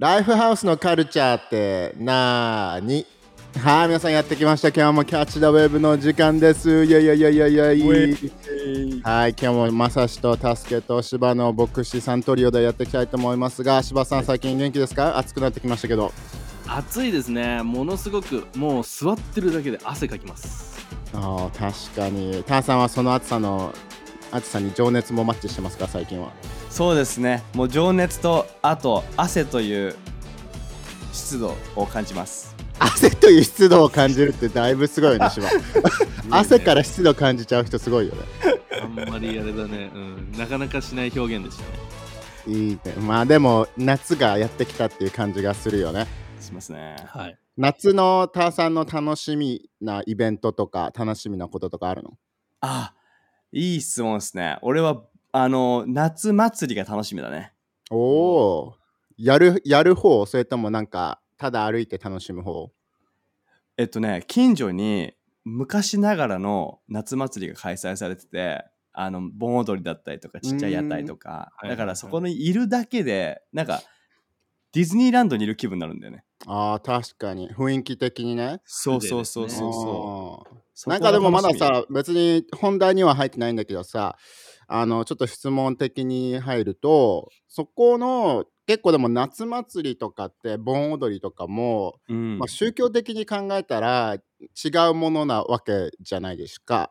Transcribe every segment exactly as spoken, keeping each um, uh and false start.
ライフハウスのカルチャーってなーに。はい、皆さんやってきました。今日もキャッチ・ザ・ウェブの時間です。イェイイェイイェイイェイイェイ。はい、今日もまさしとタスケと芝の牧師さんトリオでやっていきたいと思いますが、芝さん最近元気ですか？暑くなってきましたけど。 暑いですね。ものすごくもう座ってるだけで汗かきます。 ああ、確かに。ターさんはその暑さの暑さに情熱もマッチしてますか？最近は。 そうですね。もう情熱とあと汗という湿度を感じます。 汗という湿度を感じるってだいぶすごいよね、芝。汗から湿度感じちゃう人すごいよね。 あんまりあれだね、うん、なかなかしない表現でしたね。 いいね。まあでも夏がやってきたっていう感じがするよね。 しますね。 はい。 夏のターさんの楽しみなイベントとか楽しみなこととかあるの？ あ、いい質問ですね。俺はあの夏祭りが楽しみだね。 おお、やるやる方？それともなんかただ歩いて楽しむ方？ えっとね、近所に昔ながらの夏祭りが開催されてて、あの盆踊りだったりとかちっちゃい屋台とか、だからそこにいるだけでなんかディズニーランドにいる気分になるんだよね。 ああ、確かに雰囲気的にね。 そうそうそうそうそう。 う。なんかでもまださ、別に本題には入ってないんだけどさ、あのちょっと質問的に入ると、そこの結構でも夏祭りとかって盆踊りとかも、 うん、 まあ、宗教的に考えたら違うものなわけじゃないですか。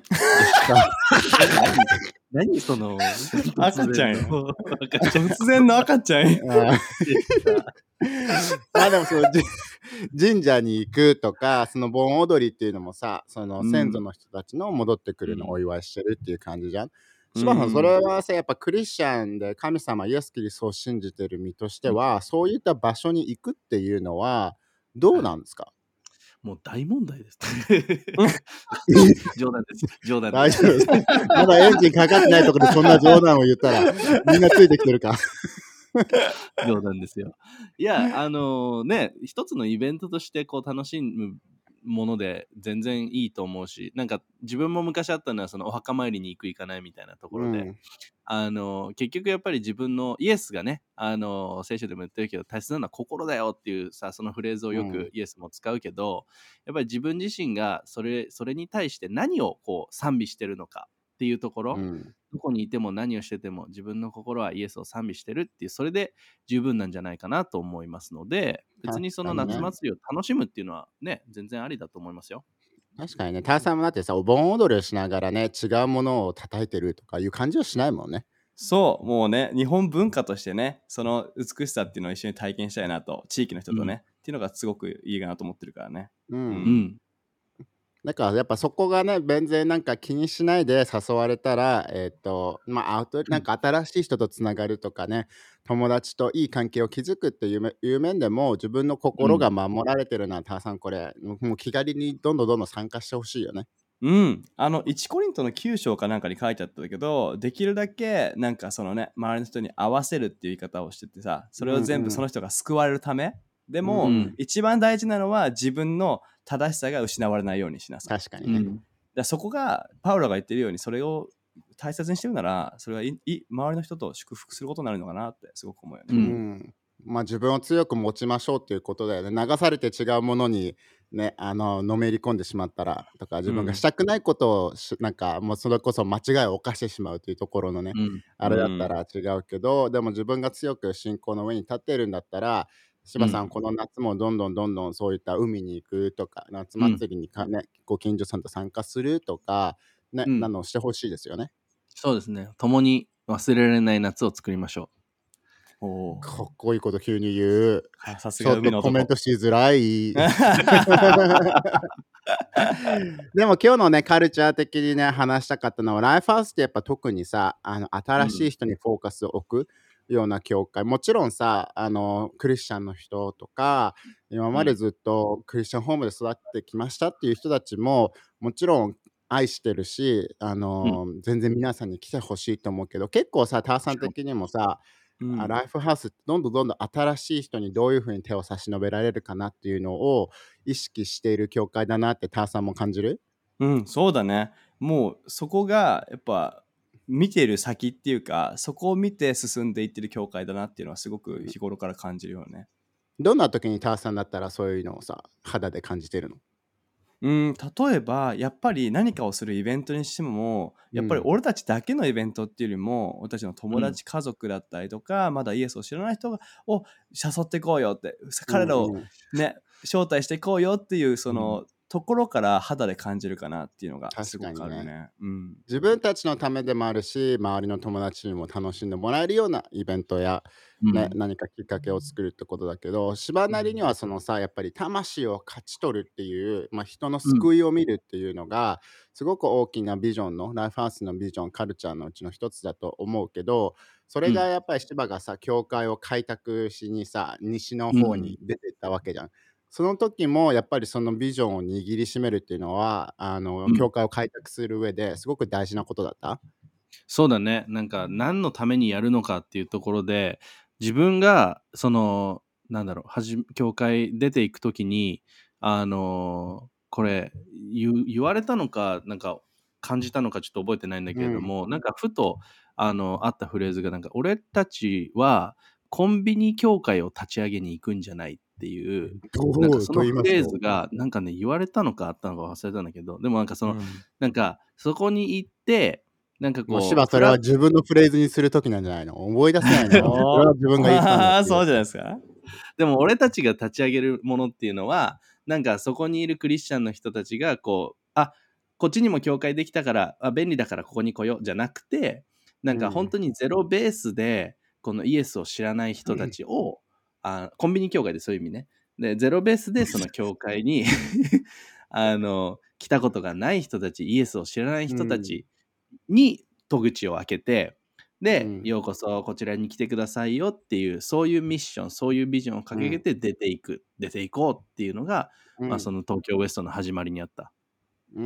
何その赤ちゃんよ。突然の赤ちゃんよ。 まあでもその神社に行くとか、その盆踊りっていうのもさ、その先祖の人たちの戻ってくるのをお祝いしてるっていう感じじゃん。柴田さん、それはさ、やっぱクリスチャンで神様イエス・キリストを信じてる身としては、そういった場所に行くっていうのはどうなんですか？ もう大問題です。冗談です。冗談大丈夫です。まだエンジンかかってないところでそんな冗談を言ったらみんなついてきてるか。 冗談ですよ。いや、あのー、ね、一つのイベントとしてこう楽しむもので全然いいと思うし、なんか自分も昔あったのはそのお墓参りに行く行かないみたいなところで、うん、あの結局やっぱり自分のイエスがね、あの聖書でも言ってるけど大切なのは心だよっていうさ、そのフレーズをよくイエスも使うけど、うん、やっぱり自分自身がそれそれに対して何をこう賛美してるのかっていうところ、うん、どこにいても何をしてても自分の心はイエスを賛美してるっていう、それで十分なんじゃないかなと思いますので、別にその夏祭りを楽しむっていうのはね、全然ありだと思いますよ。 確かにね、ターさんもだってさ、お盆踊りをしながらね、違うものを叩いてるとかいう感じはしないもんね。 そう、もうね、日本文化としてね、その美しさっていうのを一緒に体験したいなと、地域の人とね、うん、っていうのがすごくいいかなと思ってるからね。 うん。うん、だからやっぱそこがね、全然なんか気にしないで誘われたら、えっと、まあ、アウト、なんか新しい人とつながるとかね、友達といい関係を築くっていういう面でも、自分の心が守られてるなら、ターさんこれ、もう気軽にどんどんどんどん参加してほしいよね。 うん、あのいちコリントのきゅう章かなんかに書いてあったんだけど、できるだけなんかそのね、周りの人に合わせるっていう言い方をしててさ、それを全部その人が救われるため、うんうん、でも、うん、一番大事なのは自分の正しさが失われないようにしなさい。 確かにね、うん、 だそこがパウロが言ってるように、それを大切にしてるなら、それはいい周りの人と祝福することになるのかなってすごく思うよね。 うん、まあ、自分を強く持ちましょうっていうことだよね。流されて違うものにね、あののめり込んでしまったらとか、自分がしたくないことをし、うん、なんかもうそれこそ間違いを犯してしまうというところのね、うん、あれだったら違うけど、うん、でも自分が強く信仰の上に立っているんだったら、柴さん、うん、この夏もどんどんどんどんそういった海に行くとか、夏祭りにか、ね、ご近所さんと参加するとか、ね、うん、なのをしてほしいですよね。 そうですね。共に忘れられない夏を作りましょう。 おかっこいいこと急に言う。 さすが海の男。 ちょっとコメントしづらい。でも今日のね、カルチャー的にね、話したかったのは、ライフハウスってやっぱ特にさ、あの新しい人にフォーカスを置くような教会、うん、もちろんさ、あのクリスチャンの人とか、今までずっとクリスチャンホームで育ってきましたっていう人たちも、もちろん愛してるし、あの、うん、全然皆さんに来てほしいと思うけど、結構さ、ターさん的にもさ、うん、ライフハウスどんどんどんどん新しい人にどういうふうに手を差し伸べられるかなっていうのを意識している教会だなってターさんも感じる？ うん、そうだね。もうそこがやっぱ見てる先っていうか、そこを見て進んでいってる教会だなっていうのはすごく日頃から感じるよね。 どんな時にターさんだったらそういうのをさ、肌で感じてるの？ うん、例えばやっぱり何かをするイベントにしても、やっぱり俺たちだけのイベントっていうよりも、俺たちの友達、家族だったりとか、まだイエスを知らない人がを誘っていこうよって、彼らをね、招待していこうよっていうそのところから肌で感じるかなっていうのがすごくあるね。 確かにねうん、 自分たちのためでもあるし、周りの友達にも楽しんでもらえるようなイベントや、ね、 うん何かきっかけを作るってことだけど、芝なりにはそのさ、やっぱり魂を勝ち取るっていう、まあ、人の救いを見るっていうのが、すごく大きなビジョンの、ライフハウスのビジョン、カルチャーのうちの一つだと思うけど、それがやっぱり芝がさ、教会を開拓しにさ、西の方に出ていったわけじゃん。その時もやっぱりそのビジョンを握りしめるっていうのは、あの、 うん教会を開拓する上ですごく大事なことだった？ そうだね。なんか何のためにやるのかっていうところで、自分がそのなんだろう、はじ教会出ていくときに、あのこれ言言われたのか、なんか感じたのかちょっと覚えてないんだけれども、なんかふとあのあったフレーズがなんか俺たちはコンビニ教会を立ち上げに行くんじゃないっていう、なんかそのフレーズがなんかね言われたのかあったのか忘れたんだけど、でもなんかその、 うんなんかそこに行ってなんかもうこう、 芝それは自分のフレーズにする時なんじゃないの？思い出せないの？それは自分が言ったんだっていう。 そうじゃないですか。 でも俺たちが立ち上げるものっていうのは、なんかそこにいるクリスチャンの人たちがこう、あ、こっちにも教会できたから、あ、便利だからここに来ようじゃなくて、なんか本当にゼロベースでこのイエスを知らない人たちを、あ、コンビニ教会でそういう意味ね。で、ゼロベースでその教会にあの来たことがない人たち、イエスを知らない人たちに戸口を開けて、で、 うんようこそこちらに来てくださいよっていう、そういうミッション、そういうビジョンを掲げて出ていく、出ていこうっていうのが、 うんまあ、その東京ウエストの始まりにあった。 うん、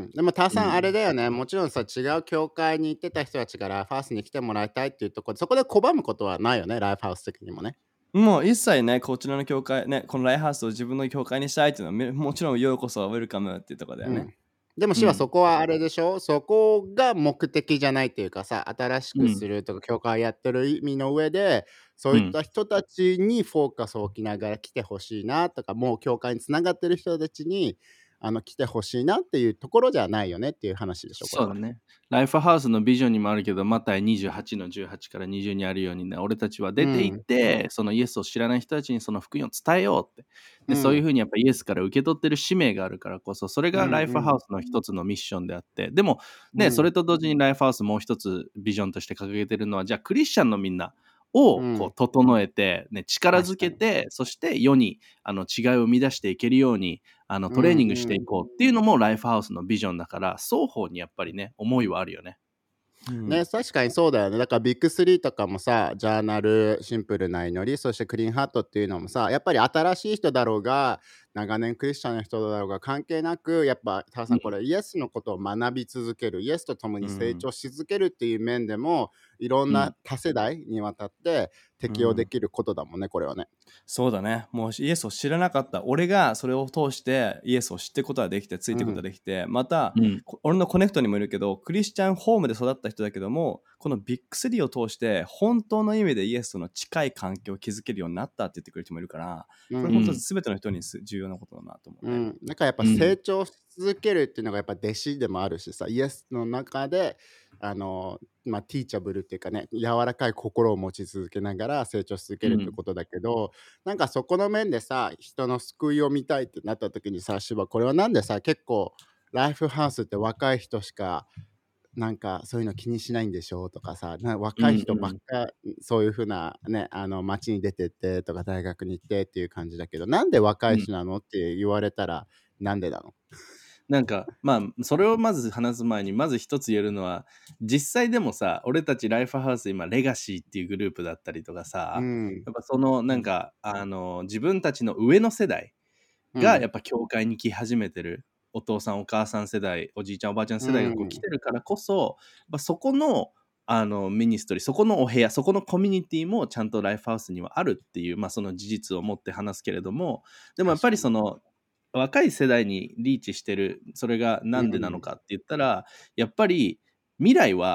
でもターさうんんあれだよね、もちろんさ、違う教会に行ってた人たちがライフハウスに来てもらいたいっていうところで、そこで拒むことはないよね、ライフハウス的にもね。 もう一切ね、こちらの教会、ね、このライフハウスを自分の教会にしたいっていうのは、めもちろんようこそウェルカムっていうところだよね。 うんでも、しはそこはあれでしょ、そこが目的じゃないっていうかさ、新しくするとか、教会やってる意味の上で、そういった人たちにフォーカスを置きながら来てほしいなとか、もう教会につながってる人たちにあの来てほしいなっていうところじゃないよねっていう話でしょ、これは。 そうだね。ライフハウスのビジョンにもあるけど、マタイにじゅうはちのじゅうはちからにじゅうにあるようにね、俺たちは出て行って、そのイエスを知らない人たちにその福音を伝えようって。で、そういうふうにやっぱイエスから受け取ってる使命があるからこそ、それがライフハウスの一つのミッションであって、でもね、それと同時にライフハウスもう一つビジョンとして掲げてるのは、じゃあクリスチャンのみんなをこう整えて、ね、力づけて、そして世にあの違いを生み出していけるようにあのトレーニングしていこうっていうのもライフハウスのビジョンだから、双方にやっぱりね思いはあるよね。 うんね、確かにそうだよね。だからビッグスリーとかもさ、ジャーナル、シンプルな祈り、そしてクリーンハートっていうのもさ、やっぱり新しい人だろうが、長年クリスチャンの人だろうが関係なく、やっぱ、タワさん、これ、イエスのことを学び続ける、イエスと共に成長し続けるっていう面でも、いろんな多世代にわたって適用できることだもんね、これはね。 そうだね。もうイエスを知らなかった俺がそれを通してイエスを知っていくことができて、ついていくことができて、また、 うんこ俺のコネクトにもいるけど、クリスチャンホームで育った人だけども、このビッグスリーを通して本当の意味でイエスとの近い関係を築けるようになったって言ってくれる人もいるから、 うんこれ本当に全ての人にす重要なことだなと思うね。 うん、なんかやっぱうん成長し続けるっていうのがやっぱ弟子でもあるしさ、イエスの中であの、まあ、ティーチャブルっていうかね、柔らかい心を持ち続けながら成長し続けるってことだけど、なんかそこの面でさ、人の救いを見たいってなった時にさ、芝これはなんでさ、結構ライフハウスって若い人しかなんかそういうの気にしないんでしょうとかさ、な若い人ばっか、そういうふうなね、あの街に出てってとか大学に行ってっていう感じだけど、なんで若い人なのって言われたら、なんでなの？ なんかまあそれをまず話す前にまず一つ言えるのは、実際でもさ、俺たちライフハウス今レガシーっていうグループだったりとかさ、 うん。 やっぱそのなんか、あの自分たちの上の世代がやっぱ教会に来始めてる、お父さんお母さん世代、おじいちゃんおばあちゃん世代がこう来てるからこそ、まあ、そこのあのミニストリー、そこのお部屋、そこのコミュニティもちゃんとライフハウスにはあるっていう、まあ、その事実を持って話すけれども、でもやっぱりその若い世代にリーチしてる、それがなんでなのかって言ったら、やっぱり未来は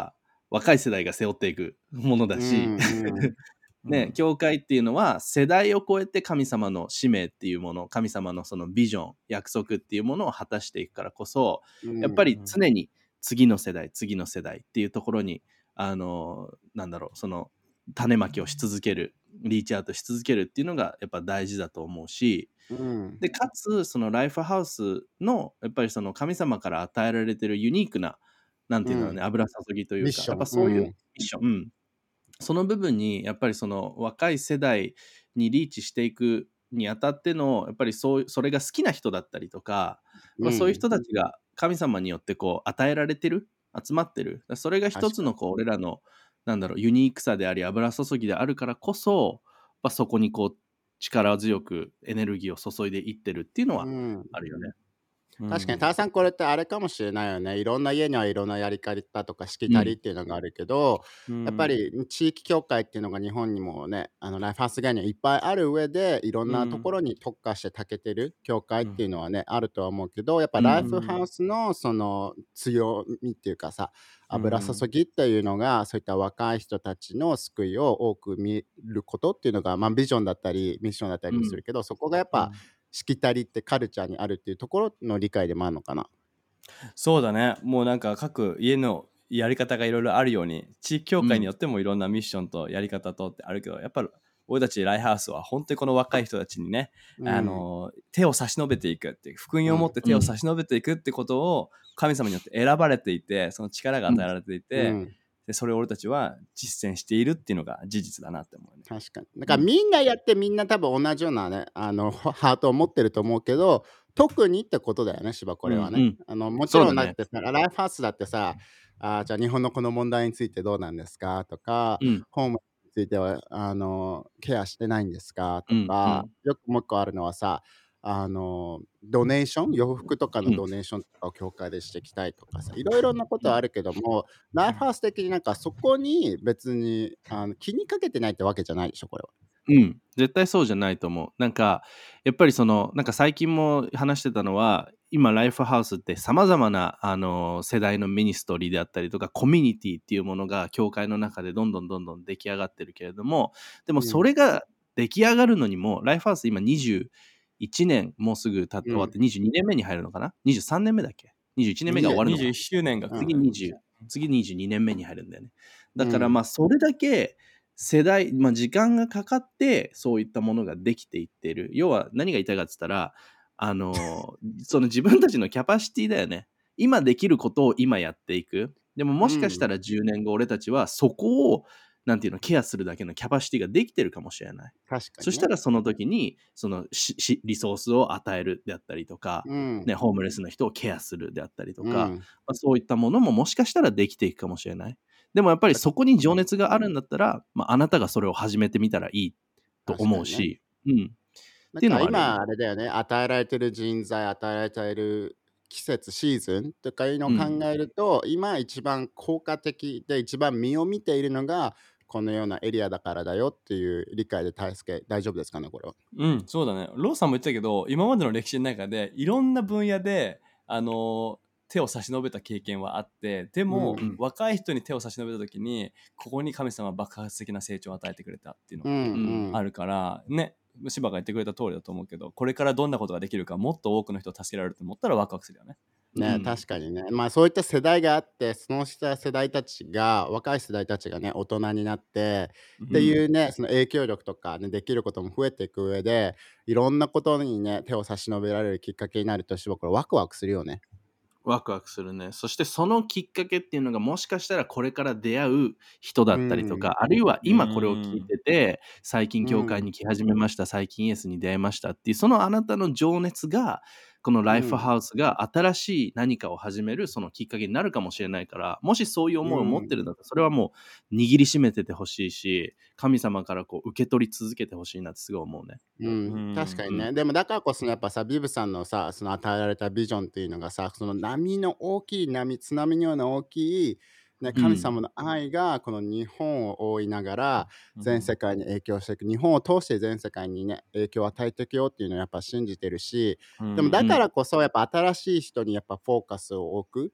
若い世代が背負っていくものだし、 うんうんね、教会っていうのは世代を超えて神様の使命っていうもの、神様のそのビジョン、約束っていうものを果たしていくからこそ、 うんやっぱり常に次の世代、次の世代っていうところに、あの、なんだろう、その種まきをし続ける、リーチアウトし続けるっていうのがやっぱ大事だと思うし、 うんで、かつ、そのライフハウスの、やっぱりその神様から与えられてるユニークな、なんていうのね、油注ぎというか、やっミッション。 ぱそういうミうんッション、うんその部分にやっぱりその若い世代にリーチしていくにあたってのやっぱりそうそれが好きな人だったりとか、まあ、そういう人たちが神様によってこう与えられてる集まってるそれが一つのこう俺らのなんだろうユニークさであり油注ぎであるからこそ、まあ、そこにこう力強くエネルギーを注いでいってるっていうのはうんあるよね。 確かに、ターさんこれってあれかもしれないよね。いろんな家にはいろんなやり方とかしきたりっていうのがあるけど、 うんやっぱり地域協会っていうのが日本にもね、あのライフハウス以外にはいっぱいある上で、いろんなところに特化して長けてる協会っていうのはね、あるとは思うけど、やっぱライフハウスのその強みっていうかさ、油注ぎっていうのが、そういった若い人たちの救いを多く見ることっていうのが、まあ、ビジョンだったり、ミッションだったりするけど、そこがやっぱ、しきたりってカルチャーにあるっていうところの理解でもあるのかな。 そうだね。もうなんか各家のやり方がいろいろあるように、地域協会によってもいろんなミッションとやり方とってあるけど、やっぱり俺たちライハウスは本当にこの若い人たちにね、 うんあの手を差し伸べていくっていう福音を持って手を差し伸べていくってことを神様によって選ばれていて、その力が与えられていて、 うんでそれを俺たちは実践しているっていうのが事実だなって思うね。 確かに。だからみんなやってみんな多分同じようなね、あのハートを持ってると思うけど、特にってことだよね、芝これはね。 うんうんあのもちろんそうだねだってさ、ライフハウスだってさ、あーじゃあ日本のこの問題についてどうなんですかとか、 うんホームについてはあのケアしてないんですかとうんか、よくもう一個あるのはさ、あのドネーション洋服とかのドネーションとかを教会でしていきたいとかさ、いろいろなことはあるけども、ライフハウス的になんかそこに別にあの気にかけてないってわけじゃないでしょ、これは。 うん、絶対そうじゃないと思う。なんか、やっぱりその、なんか最近も話してたのは、今、ライフハウスって様々な、あの、世代のミニストリーであったりとか、コミュニティっていうものが、教会の中でどんどんどんどん出来上がってるけれども、でもそれが出来上がるのにも、ライフハウス今にじゅういちねん、もうすぐ経って終わってにじゅうにねんめに入るのかな ?にじゅうさんねんめだっけ ?にじゅういちねんめが終わるのかなにじゅういっしゅうねんが次にじゅう、次にじゅうにねんめに入るんだよね。だからまあ、それだけ、世代、まあ、時間がかかってそういったものができていっている。要は何が言いたいかって言ったら、あのその自分たちのキャパシティだよね。今できることを今やっていく。でももしかしたらじゅうねんご、俺たちはそこをなんていうのケアするだけのキャパシティができてるかもしれない。 確かに、ね。 そしたらその時にそのししリソースを与えるであったりとか、 うんね、ホームレスの人をケアするであったりとか、 うんまあ、そういったものももしかしたらできていくかもしれない。でもやっぱりそこに情熱があるんだったら、まあ、あなたがそれを始めてみたらいいと思うし、うん。っていうのはあるよね今あれだよね、与えられてる人材、与えられている季節、シーズンとかいうのを考えると、今一番効果的で一番身を見ているのがこのようなエリアだからだよっていう理解で大輔大丈夫ですかね、これは。 うんそうだね。ローさんも言ってたけど、今までの歴史の中でいろんな分野であの手を差し伸べた経験はあって、でも、 うん若い人に手を差し伸べた時にここに神様は爆発的な成長を与えてくれたっていうのうんがあるから、ね芝が言ってくれた通りだと思うけど、これからどんなことができるか、もっと多くの人を助けられると思ったらワクワクするよね。 ね、 うん確かにね。まあそういった世代があって、その下世代たちが、若い世代たちがね、大人になって、っていうね、その影響力とか、ね、できることも増えていく上で、いろんなことにね、手を差し伸べられるきっかけになるとしても、これワクワクするよね。 ワクワクするね。そしてそのきっかけっていうのがもしかしたらこれから出会う人だったりとか、あるいは今これを聞いてて、最近教会に来始めました、最近イエスに出会いましたっていう、そのあなたの情熱が、このライフハウスが新しい何かを始めるそのきっかけになるかもしれないから、もしそういう思いを持ってるんだったら、それはもう握りしめててほしいし、神様からこう受け取り続けてほしいなってすごい思うね。 うんうん確かにね、でもだからこそやっぱさ、ビブさんのさ、その与えられたビジョンっていうのがさ、その波の大きい波、津波のような大きい、ね、神様の愛がこの日本を覆いながら全世界に影響していく、日本を通して全世界にね影響を与えていくよっていうのをやっぱ信じてるし、でもだからこそやっぱ新しい人にやっぱフォーカスを置く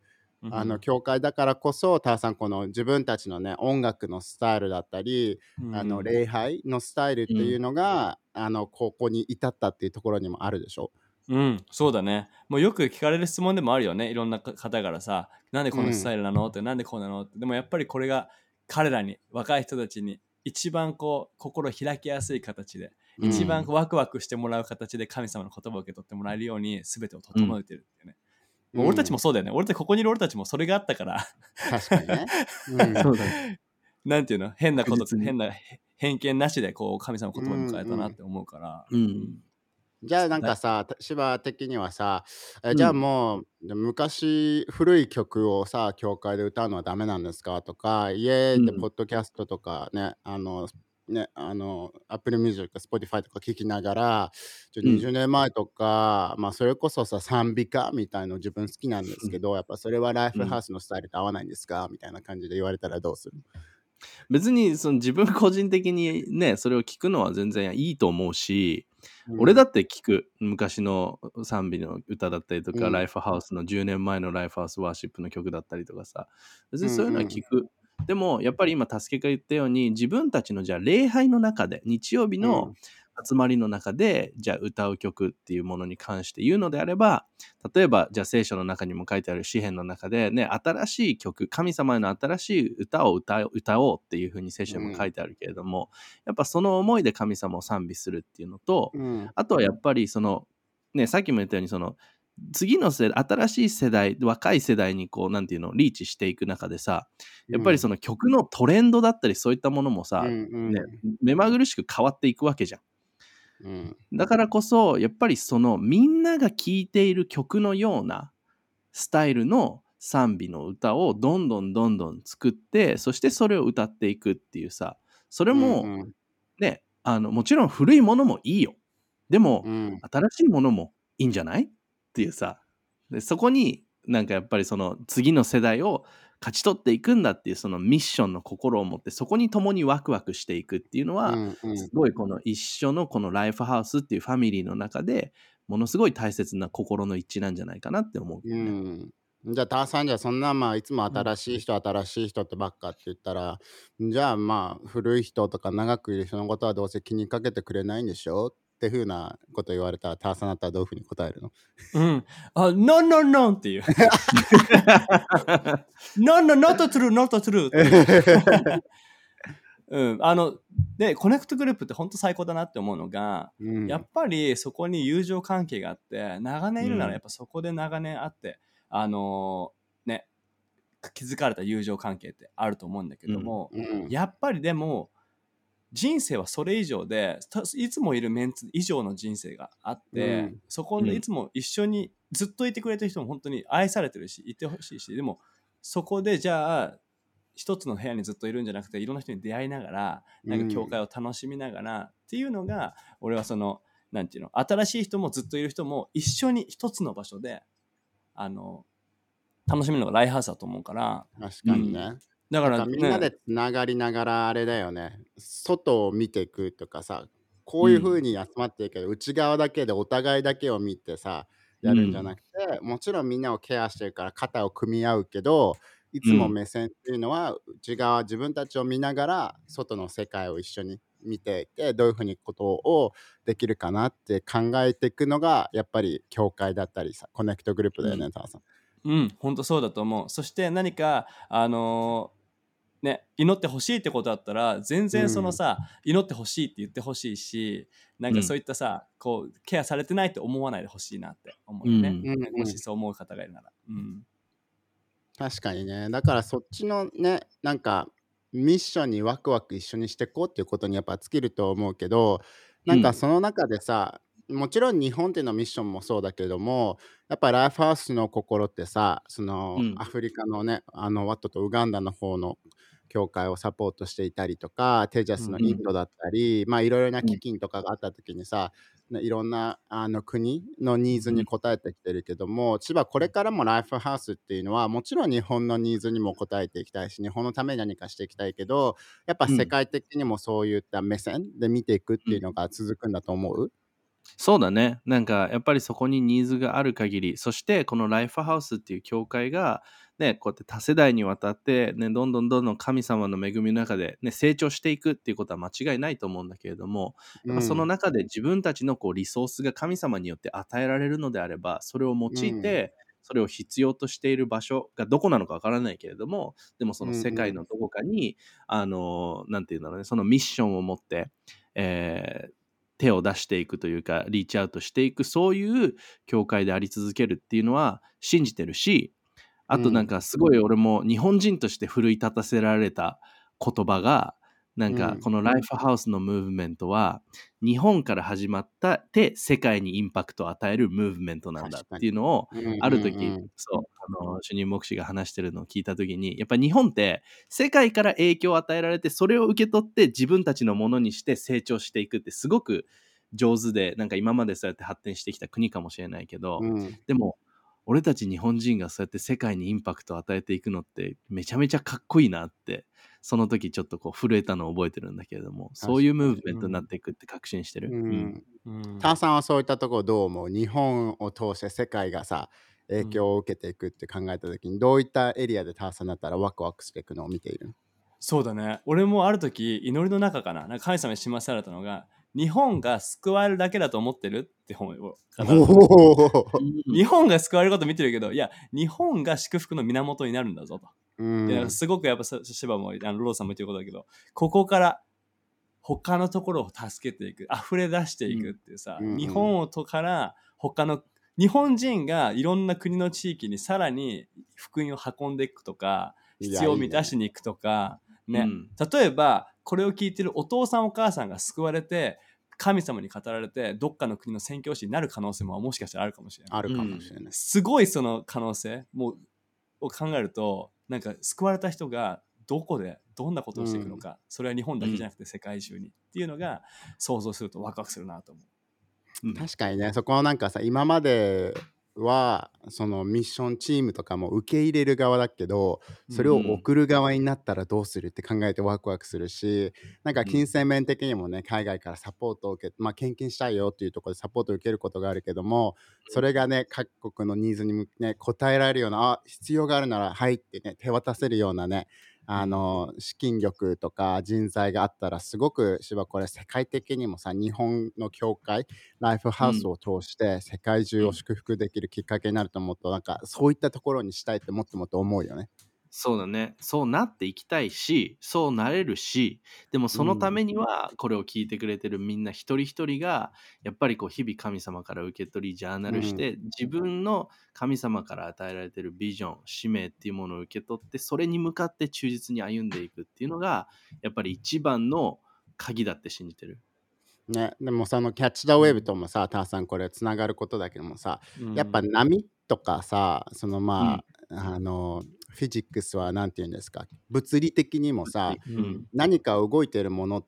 あの教会だからこそ、ターさんこの自分たちのね音楽のスタイルだったり、 うんあの礼拝のスタイルっていうのが、あのここに至ったっていうところにもあるでしょ。 うん、そうだね。もうよく聞かれる質問でもあるよね。いろんなか方からさ、なんでこのスタイルなのって、なんでこうなのって。でもやっぱりこれが彼らに、若い人たちに一番こう心開きやすい形で、 うん一番こうワクワクしてもらう形で神様の言葉を受け取ってもらえるように全てを整えてるっていうね。もう俺たちもそうだよね。俺たちここにいる俺たちもそれがあったから。 確かにね。うん、 そうだね。 なんていうの、変なこと確実に変な偏見なしでこう神様の言葉を迎えたなって思うから。 うん。 じゃあなんかさ、芝的にはさ、えうんじゃあもう昔古い曲をさ、教会で歌うのはダメなんですかとか、家でうんポッドキャストとかね、あの、ね、あの、Apple Music、Spotify とか聞きながら、ちょうんにじゅうねんまえとか、まあそれこそさ、賛美歌みたいの自分好きなんですけど、やっぱそれはライフハウスのスタイルと合わないんですかみたいな感じで言われたらどうする？ 別にその自分個人的にね、それを聞くのは全然いいと思うし、 うん俺だって聞く昔の賛美の歌だったりとか、 うんライフハウスのじゅうねんまえのライフハウスワーシップの曲だったりとかさ、別にそういうのは聞く。でもやっぱり今助けが言ったように、自分たちのじゃあ礼拝の中で、日曜日の集まりの中でじゃあ歌う曲っていうものに関して言うのであれば、例えばじゃあ聖書の中にも書いてある詩篇の中でね、新しい曲、神様への新しい歌を歌う歌おうっていうふうに聖書にも書いてあるけれども、やっぱその思いで神様を賛美するっていうのと、 うんあとはやっぱりそのね、さっきも言ったようにその次の世代、新しい世代、若い世代にこうなんていうのリーチしていく中でさ、やっぱりその曲のトレンドだったりそういったものもさ、 うんうんね、目まぐるしく変わっていくわけじゃん。 うんだからこそやっぱりそのみんなが聴いている曲のようなスタイルの賛美の歌をどんどんどんどん作って、そしてそれを歌っていくっていうさ、それもうんね、あのもちろん古いものもいいよ。でも、 うん新しいものもいいんじゃないっていうさ、でそこになんかやっぱりその次の世代を勝ち取っていくんだっていうそのミッションの心を持って、そこに共にワクワクしていくっていうのは、 うんうんすごいこの一緒のこのライフハウスっていうファミリーの中でものすごい大切な心の一致なんじゃないかなって思うけどね。 うんじゃあ、ターさんじゃそんな、まあ、いつも新しい人、新しい人ってばっかって言ったら、じゃあ、まあ、古い人とか長くいる人のことはどうせ気にかけてくれないんでしょってふうなこと言われたら、ターさんだったらどういうふうに答えるの？ うん。あ、no, no, no っていう。no, no, not true, not true っていう。うん、あのでコネクトグループって本当最高だなって思うのが、 うんやっぱりそこに友情関係があって長年いるなうんらやっぱそこで長年あって、あのーね築かれた友情関係ってあると思うんだけども、 うんやっぱりでも人生はそれ以上でたいつもいるメンツ以上の人生があって、 うんそこでいつも一緒にずっといてくれてる人も本当に愛されてるしいてほしいし、でもそこでじゃあ一つの部屋にずっといるんじゃなくていろんな人に出会いながらなんか教会を楽しみながら、っていうのが俺はそのなんていうの新しい人もずっといる人も一緒に一つの場所であの楽しめるのがライハウスだと思うから、 確かにね。 うんだかだからら、ね、 みんなでつながりながらあれだよね。外を見ていくとかさ、こういう風に集まってるけど、内側だけでお互いだけを見てさ、やるんじゃなくて、もちろんみんなをケアしてるから肩を組み合うけど、いつも目線っていうのは内側、自分たちを見ながら外の世界を一緒に見ていて、どういうふうにことをできるかなって考えていくのがやっぱり教会だったりさ、コネクトグループだよね、タワさん。 うん、本当そうだと思う。そして何かあのーね、祈ってほしいってことだったら全然そのさ、うん、祈ってほしいって言ってほしいし、なんかそういったさ、うん、こうケアされてないと思わないでほしいなって思うよね、うん、もしそう思う方がいるなら、うん、 確かにね。だからそっちのね、なんかミッションにワクワク一緒にしていこうっていうことにやっぱ尽きると思うけど、なんかその中でさ、うん、もちろん日本っていうのミッションもそうだけども、やっぱライフハウスの心ってさ、その、うん、アフリカのね、あのワットとウガンダの方の教会をサポートしていたりとか、テジャスのインドだったり、うん、まあいろいろな飢饉とかがあった時にさ、うん、いろんなあの国のニーズに応えてきてるけども、うん、千葉これからもライフハウスっていうのはもちろん日本のニーズにも応えていきたいし、日本のために何かしていきたいけど、やっぱ世界的にもそういった目線で見ていくっていうのが続くんだと思う？ そうだね。なんかやっぱりそこにニーズがある限り、そしてこのライフハウスっていう教会が、ね、こうやって多世代にわたって、ね、どんどんどんどん神様の恵みの中で、ね、成長していくっていうことは間違いないと思うんだけれども、やっぱその中で自分たちのこうリソースが神様によって与えられるのであれば、それを用いて、それを必要としている場所がどこなのかわからないけれども、でもその世界のどこかに、あの、なんていうんだろうね、そのミッションを持って、えー手を出していくというか、リーチアウトしていく、そういう教会であり続けるっていうのは信じてるし、あとなんかすごい俺も日本人として奮い立たせられた言葉が、なんかこのライフハウスのムーブメントは日本から始まったって世界にインパクトを与えるムーブメントなんだっていうのをある時、そうあの主任牧師が話してるのを聞いた時に、やっぱ日本って世界から影響を与えられて、それを受け取って自分たちのものにして成長していくってすごく上手で、なんか今までそうやって発展してきた国かもしれないけど、でも俺たち日本人がそうやって世界にインパクトを与えていくのってめちゃめちゃかっこいいなって、その時ちょっとこう震えたのを覚えてるんだけれども、そういうムーブメントになっていくって確信してる。うんターさんはそういったところどう思う？日本を通して世界がさ、影響を受けていくって考えた時に、どういったエリアでターさんだったらワクワクしていくのを見ている？ そうだね。俺もある時祈りの中かな、なんか神様に示されたのが、日本が救われるだけだと思ってるって本を語ったの。日本が救われること見てるけど、いや、日本が祝福の源になるんだぞと。で、すごくやっぱ芝もあのローさんも言ってることだけど、ここから他のところを助けていく、溢れ出していくっていうさ、 うんうん、 日本をとから他の日本人がいろんな国の地域にさらに福音を運んでいくとか、必要を満たしに行くとか、ね、うん、例えばこれを聞いてるお父さんお母さんが救われて神様に語られてどっかの国の宣教師になる可能性ももしかしたらあるかもしれない。 あるかもしれない。うん、 すごいその可能性もうを考えると、なんか救われた人がどこでどんなことをしていくのか、うん、それは日本だけじゃなくて世界中に、うん、っていうのが想像するとワクワクするなと思う。 うん、確かにね、そこはなんかさ、今まではそのミッションチームとかも受け入れる側だけど、それを送る側になったらどうするって考えてワクワクするし、なんか金銭面的にもね、海外からサポートを受けて、まあ献金したいよっていうところでサポートを受けることがあるけども、それがね、各国のニーズにね、応えられるような、あ、必要があるならはいってね、手渡せるようなね、あの資金力とか人材があったらすごく芝これ世界的にもさ、日本の教会ライフハウスを通して世界中を祝福できるきっかけになると思うと、なんかそういったところにしたいってもっともっと思うよね。 そうだね。そうなっていきたいし、そうなれるし、でもそのためにはこれを聞いてくれてるみんな一人一人がやっぱりこう日々神様から受け取りジャーナルして、うん、自分の神様から与えられてるビジョン、使命っていうものを受け取って、それに向かって忠実に歩んでいくっていうのがやっぱり一番の鍵だって信じてる。 ね、でもそのキャッチ・ザ・ウェーブともさ、ターさんこれつながることだけどもさ、うん、やっぱ波とかさ、そのまあ、うん、あのフィジックスは何て言うんですか、物理的にもさ、うん、何か動いてるものって、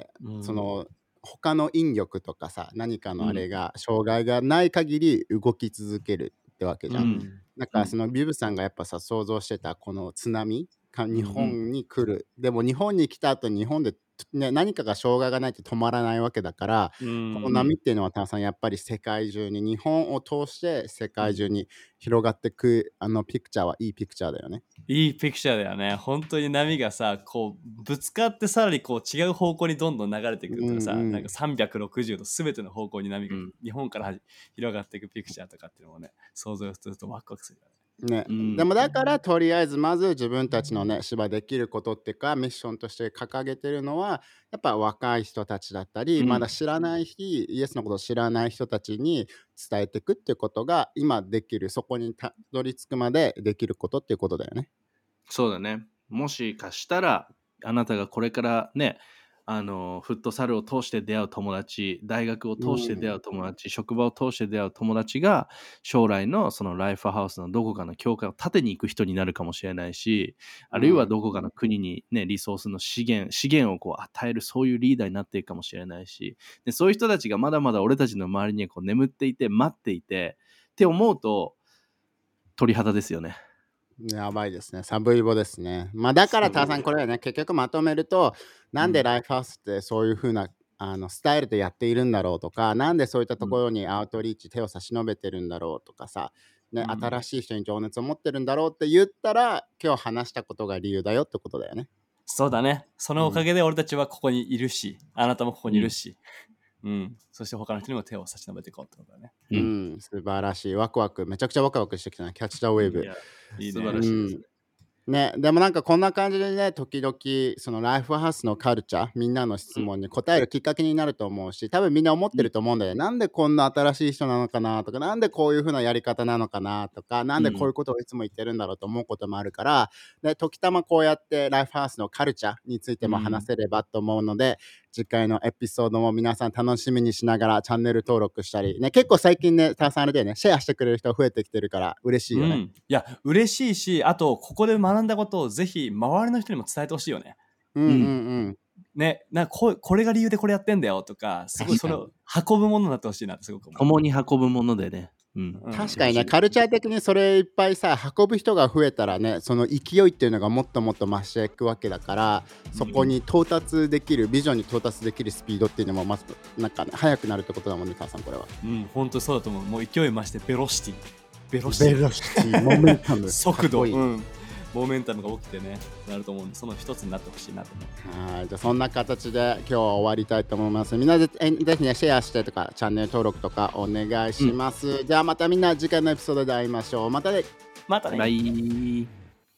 うん、その他の引力とかさ、何かのあれが、障害がない限り動き続けるってわけじゃん。うん、だからそのビブさんがやっぱさ想像してたこの津波か日本に来る、うん、でも日本に来た後日本でね、何かが障害がないと止まらないわけだから、うん、この波っていうのはターさんやっぱり世界中に日本を通して世界中に広がってく、あのピクチャーはいいピクチャーだよね。 いいピクチャーだよね。本当に波がさこうぶつかってさらにこう違う方向にどんどん流れていくっていうかさ、うんうん、なんかさんびゃくろくじゅうど全ての方向に波が、うん、日本から広がっていくピクチャーとかっていうのもね想像するとワクワクするよね。 ね、うん、でもだからとりあえずまず自分たちのね芝できることっていうかミッションとして掲げてるのはやっぱ若い人たちだったり、うん、まだ知らない日イエスのことを知らない人たちに伝えていくっていうことが今できる、そこにたどり着くまでできることっていうことだよね。 そうだね。もしかしたらあなたがこれからねあのフットサルを通して出会う友達、大学を通して出会う友達、うん、職場を通して出会う友達が将来のそのライフハウスのどこかの教会を立てに行く人になるかもしれないし、あるいはどこかの国にねリソースの資源資源をこう与えるそういうリーダーになっていくかもしれないし、でそういう人たちがまだまだ俺たちの周りにこう眠っていて待っていてって思うと鳥肌ですよね。 やばいですね。サブイボですね。まあだからターさんこれはね結局まとめると、なんでライフハウスってそういう風なあのスタイルでやっているんだろうとか、なんでそういったところにアウトリーチ手を差し伸べてるんだろうとかさ、ね、 うん新しい人に情熱を持ってるんだろうって言ったら、今日話したことが理由だよってことだよね。 そうだね。そのおかげで俺たちはここにいるし、あなたもここにいるし、うん。そして他の人にも手を差し伸べていこうってことだね。 う、 うんん素晴らしい。ワクワク、めちゃくちゃワクワクしてきたな。キャッチ・ザ・ウェーブ。 いやいいね素晴らしいですね。 ね、でもなんかこんな感じでね、時々そのライフハウスのカルチャー、みんなの質問に答えるきっかけになると思うし、多分みんな思ってると思うんだよね。なんでこんな新しい人なのかなとか、なんでこういう風なやり方なのかなとか、なんでこういうことをいつも言ってるんだろうと思うこともあるから、で時たまこうやってライフハウスのカルチャーについても話せればと思うので、次回のエピソードも皆さん楽しみにしながらチャンネル登録したり、ね、結構最近ね、たくさんあれだよね、シェアしてくれる人増えてきてるから嬉しいよね。 うん、いや、嬉しいし、あと、ここで学んだことをぜひ、周りの人にも伝えてほしいよね。 うんうんうん。 ね、なんかここれが理由でこれやってんだよとか、すごいそれを運ぶものになってほしいなってすごく思う。 共に運ぶものでね。うんうん確かにね、カルチャー的にそれいっぱいさ、運ぶ人が増えたらね、その勢いっていうのがもっともっと増していくわけだから、そこに到達できる、ビジョンに到達できるスピードっていうのも、まず、なんか、ね、速くなるってことだもんね、母さん、これは。 うん、本当にそうだと思う。もう勢い増して、ベロシティ。ベロシティ。 ベロシティ、モメンタム。 速度、 かっこいいうん。モーメンタムが起きてね、なると思うんで、その一つになってほしいなと思う。 はい、じゃあそんな形で今日は終わりたいと思います。みんなでえぜひね、シェアしてとか、チャンネル登録とかお願いします。じゃあまたみんな次回のエピソードで会いましょう。またね。 またね。 バイ。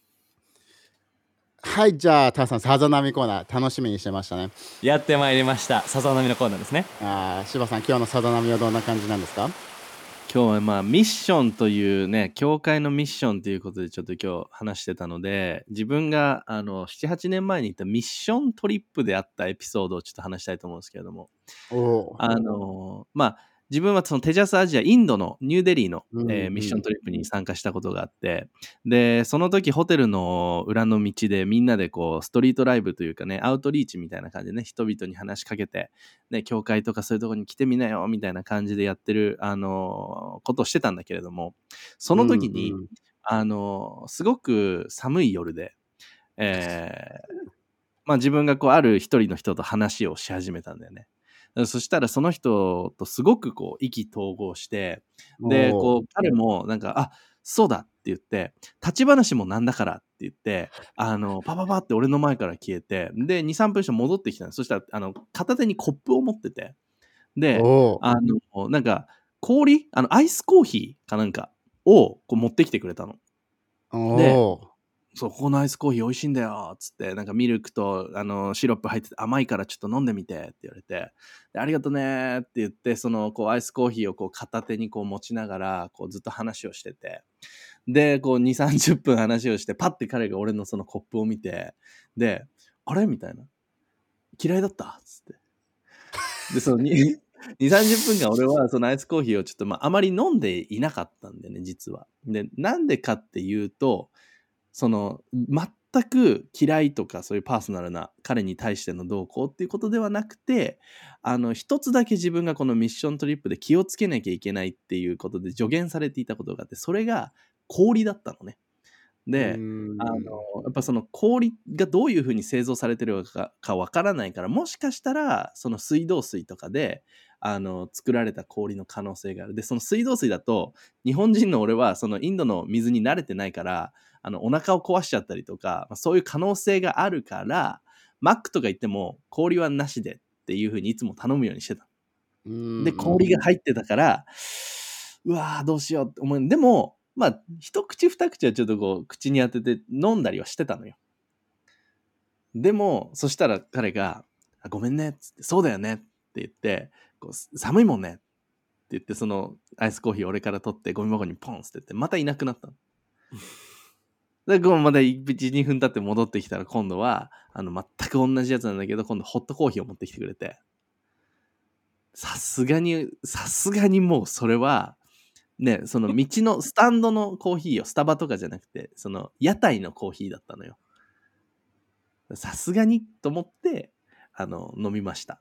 はい、じゃあ、タさん、さざ波コーナー、楽しみにしてましたね。 やってまいりました。さざ波のコーナーですね。 あー、柴さん、今日のさざ波はどんな感じなんですか？ 今日はまあミッションというね、教会のミッションということでちょっと今日話してたので、自分があのなな、はちねんまえに行ったミッショントリップであったエピソードをちょっと話したいと思うんですけれども、 おーあのまあ自分はそのテジャスアジア、インドのニューデリーの、 うんえーミッショントリップに参加したことがあって、で、その時ホテルの裏の道でみんなでこうストリートライブというかね、アウトリーチみたいな感じでね、人々に話しかけて、ね、教会とかそういうところに来てみなよみたいな感じでやってる、あのことをしてたんだけれども、その時に、 うんうんあのすごく寒い夜で、えーまあ自分がこうある一人の人と話をし始めたんだよね。そしたらその人とすごくこう意気投合して、で、 おーこう彼もなんか、あ、そうだって言って、立ち話もなんだからって言って、あの、パパパって俺の前から消えて、で、に、さんぷんして戻ってきたの。そしたら、あの、片手にコップを持ってて、で、 おーあの、なんか、氷、あの、アイスコーヒーかなんかをこう持ってきてくれたの。でおーそう、ここのアイスコーヒー美味しいんだよ、つって、なんかミルクとあのシロップ入ってて甘いからちょっと飲んでみてって言われて、でありがとねって言って、そのこうアイスコーヒーをこう片手にこう持ちながら、こうずっと話をしてて、で、こうに、さんじゅっぷん話をして、パッて彼が俺のそのコップを見て、で、あれみたいな。嫌いだったつって。で、そのに、に、さんじゅっぷんかん俺はそのアイスコーヒーをちょっとまああまり飲んでいなかったんでね、実は。で、なんでかっていうと、その全く嫌いとかそういうパーソナルな彼に対しての動向っていうことではなくて、あの一つだけ自分がこのミッショントリップで気をつけなきゃいけないっていうことで助言されていたことがあって、それが氷だったのね。で、 うーんあのやっぱその氷がどういうふうに製造されてるかかわからないから、もしかしたらその水道水とかであの作られた氷の可能性がある。で、その水道水だと日本人の俺はそのインドの水に慣れてないから、あのお腹を壊しちゃったりとか、まあ、そういう可能性があるから、マックとか行っても氷はなしでっていうふうにいつも頼むようにしてた。 うーんで、氷が入ってたから、うわーどうしようって思う。でも、まあ、一口二口はちょっとこう、口に当てて飲んだりはしてたのよ。でも、そしたら彼が、あごめんねっつって、そうだよねって言って、こう寒いもんねって言って、そのアイスコーヒーを俺から取ってゴミ箱にポンってって、またいなくなったの。で、こうまたいち、にふん経って戻ってきたら今度は、あの、全く同じやつなんだけど、今度ホットコーヒーを持ってきてくれて、さすがに、さすがにもうそれは、ね、その道のスタンドのコーヒーをスタバとかじゃなくて、その屋台のコーヒーだったのよ。さすがにと思って、あの、飲みました。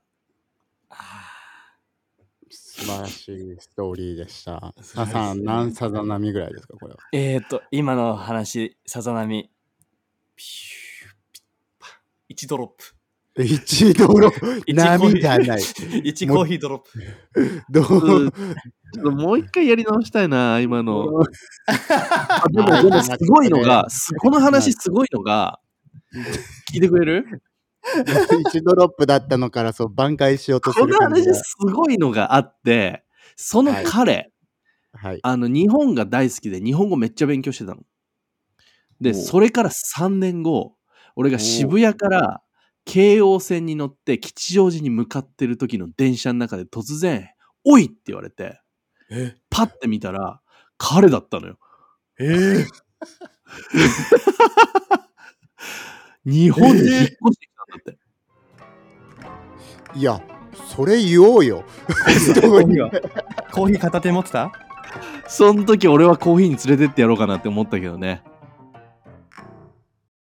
素晴らしいストーリーでした。 素晴ささん、 らしい何さざ波ぐらいですか、これは。 えーと、今の話、さざ波、ピューピッパいちドロップ。 いちドロいち波じゃない。 いちコーヒードロップ。 どうんうちょっともう一回やり直したいな、今の。あでも、 あでもすごいのなが、すこの話すごいのが、聞いてくれるいちドロップだったのからそう挽回しようとすこのる感じが。 話すごいのがあって、その彼、 はい。 あの日本が大好きで日本語めっちゃ勉強してたの。で、 おうそれからさんねんご、俺がおう渋谷から京王線に乗って吉祥寺に向かってる時の電車の中で突然、おいって言われて、 えパッて見たら彼だったのよ。 えー、 日本に引っ越してきたんだって。 いや、それ言おうよ。 コーヒーはコーヒー片手に持ってた？ その時俺はコーヒーに連れてってやろうかなって思ったけどね。